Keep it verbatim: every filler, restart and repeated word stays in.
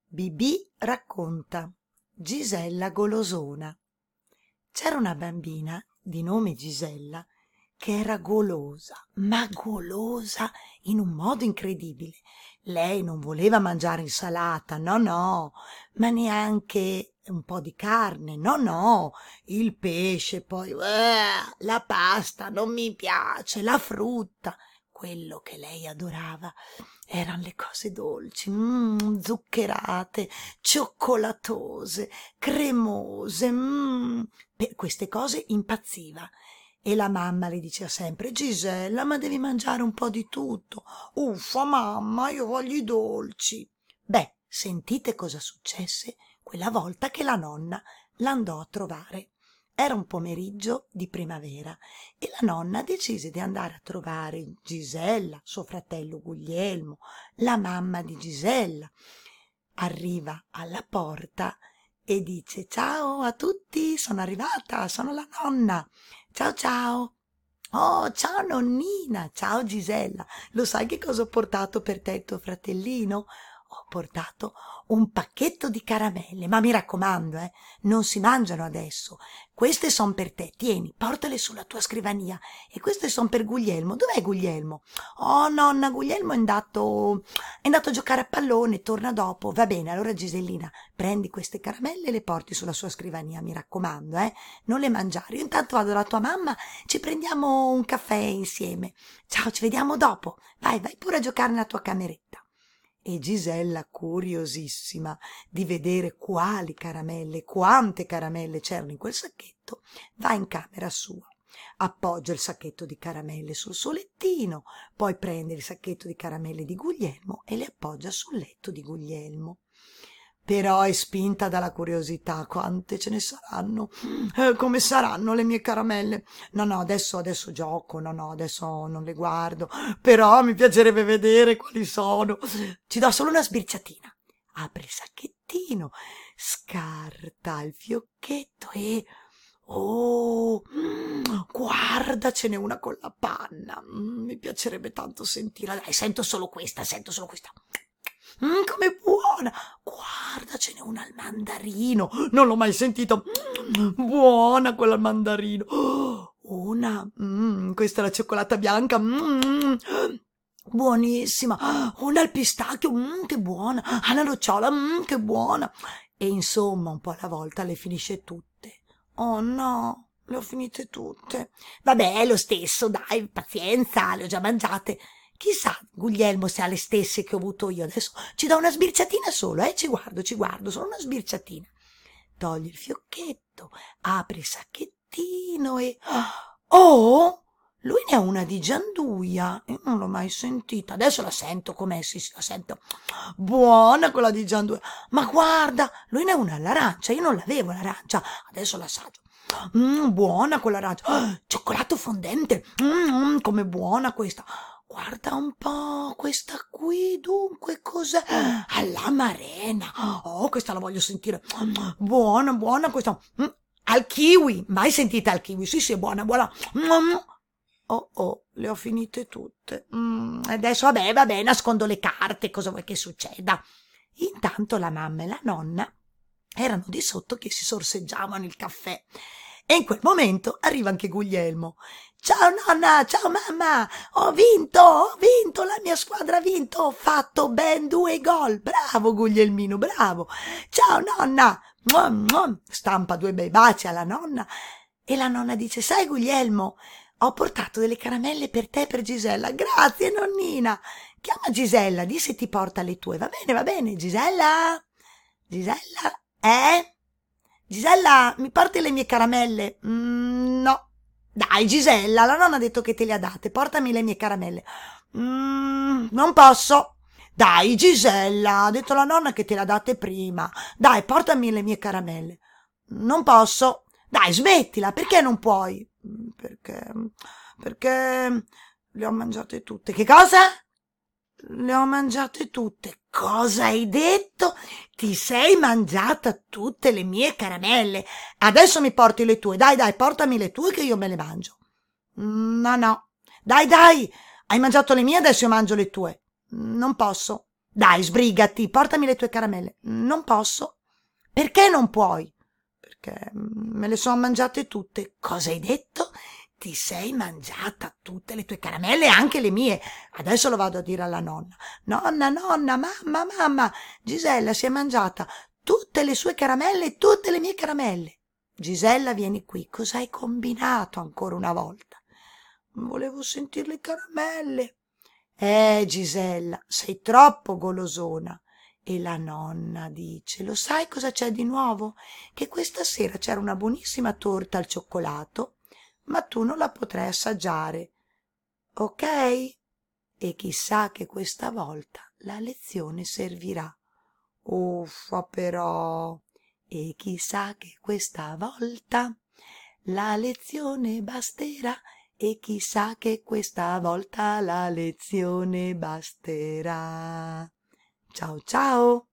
Bibì racconta. Gisella golosona. C'era una bambina di nome Gisella che era golosa, ma golosa in un modo incredibile. Lei non voleva mangiare insalata, no no, ma neanche un po' di carne, no no, il pesce, poi eh, la pasta non mi piace, la frutta. Quello che lei adorava erano le cose dolci, mm, zuccherate, cioccolatose, cremose. Mm. Per queste cose impazziva. E la mamma le diceva sempre: Gisella, ma devi mangiare un po' di tutto. Uffa, mamma, io voglio i dolci. Beh, sentite cosa successe quella volta che la nonna l'andò a trovare. Era un pomeriggio di primavera e la nonna decise di andare a trovare Gisella, suo fratello Guglielmo, la mamma di Gisella. Arriva alla porta e dice: ciao a tutti, sono arrivata, sono la nonna. Ciao ciao. Oh, ciao nonnina, ciao Gisella. Lo sai che cosa ho portato per te e tuo fratellino? Ho portato un pacchetto di caramelle, ma mi raccomando, eh, non si mangiano adesso. Queste son per te, tieni, portale sulla tua scrivania. E queste son per Guglielmo. Dov'è Guglielmo? Oh, nonna, Guglielmo è andato, è andato a giocare a pallone, torna dopo. Va bene, allora Gisellina, prendi queste caramelle e le porti sulla sua scrivania, mi raccomando, eh, non le mangiare. Io intanto vado dalla tua mamma, ci prendiamo un caffè insieme. Ciao, ci vediamo dopo. Vai, vai pure a giocare nella tua cameretta. E Gisella, curiosissima di vedere quali caramelle, quante caramelle c'erano in quel sacchetto, va in camera sua, appoggia il sacchetto di caramelle sul suo lettino, poi prende il sacchetto di caramelle di Guglielmo e le appoggia sul letto di Guglielmo. Però è spinta dalla curiosità: quante ce ne saranno? Eh, come saranno le mie caramelle? No, no, adesso, adesso gioco, no, no, adesso non le guardo, però mi piacerebbe vedere quali sono. Ci do solo una sbirciatina. Apre il sacchettino, scarta il fiocchetto e... oh, mm, guarda, ce n'è una con la panna. Mm, mi piacerebbe tanto sentirla. Dai, sento solo questa, sento solo questa. Mm, com'è buona! Guarda, ce n'è una al mandarino. Non l'ho mai sentito. Mm, buona quella al mandarino. Oh, una, mm, questa è la cioccolata bianca. Mm, buonissima. Una al pistacchio. Mm, che buona. Alla nocciola. Mm, che buona. E insomma, un po' alla volta le finisce tutte. Oh no, le ho finite tutte. Vabbè, è lo stesso, dai, pazienza, le ho già mangiate. Chissà, Guglielmo, se ha le stesse che ho avuto io. Adesso ci do una sbirciatina solo, eh? Ci guardo, ci guardo, solo una sbirciatina. Toglie il fiocchetto, apre il sacchettino e... oh! Lui ne ha una di gianduia. Io non l'ho mai sentita. Adesso la sento com'è, sì, sì, la sento. Buona quella di gianduia. Ma guarda, lui ne ha una all'arancia. Io non l'avevo l'arancia. Adesso l'assaggio. Mm, buona quell'arancia. Oh, cioccolato fondente. Mm, com'è buona questa. Guarda un po', questa qui dunque cos'è? All'amarena. Oh, questa la voglio sentire. Buona, buona questa. Mm, al kiwi. Mai sentita al kiwi? Sì, sì, è buona, buona. Mm. Oh, oh, le ho finite tutte. Mm, adesso, vabbè, vabbè, nascondo le carte, cosa vuoi che succeda? Intanto la mamma e la nonna erano di sotto che si sorseggiavano il caffè. E in quel momento arriva anche Guglielmo. Ciao nonna, ciao mamma, ho vinto, ho vinto, la mia squadra ha vinto, ho fatto ben due gol. Bravo Guglielmino, bravo. Ciao nonna. Muah, muah. Stampa due bei baci alla nonna e la nonna dice: sai Guglielmo, ho portato delle caramelle per te e per Gisella. Grazie nonnina. Chiama Gisella, di se ti porta le tue. Va bene, va bene. Gisella? Gisella? Eh? Gisella, mi porti le mie caramelle? Mm, no. Dai, Gisella, la nonna ha detto che te le ha date. Portami le mie caramelle. Mm, non posso. Dai, Gisella, ha detto la nonna che te le ha date prima. Dai, portami le mie caramelle. Non posso. Dai, smettila, perché non puoi? Perché, perché le ho mangiate tutte. Che cosa? Le ho mangiate tutte. Cosa hai detto? Ti sei mangiata tutte le mie caramelle. Adesso mi porti le tue. Dai, dai, portami le tue che io me le mangio. No, no. Dai, dai. Hai mangiato le mie, adesso io mangio le tue. Non posso. Dai, sbrigati, portami le tue caramelle. Non posso. Perché non puoi? Perché me le sono mangiate tutte. Cosa hai detto? Ti sei mangiata tutte le tue caramelle e anche le mie. Adesso lo vado a dire alla nonna. Nonna, nonna, mamma, mamma, Gisella si è mangiata tutte le sue caramelle e tutte le mie caramelle. Gisella, vieni qui. Cosa hai combinato ancora una volta? Volevo sentir le caramelle. Eh, Gisella, sei troppo golosona. E la nonna dice: lo sai cosa c'è di nuovo? Che questa sera c'era una buonissima torta al cioccolato, ma tu non la potrai assaggiare, ok? E chissà che questa volta la lezione servirà. Uffa però. E chissà che questa volta la lezione basterà. E chissà che questa volta la lezione basterà. Ciao ciao!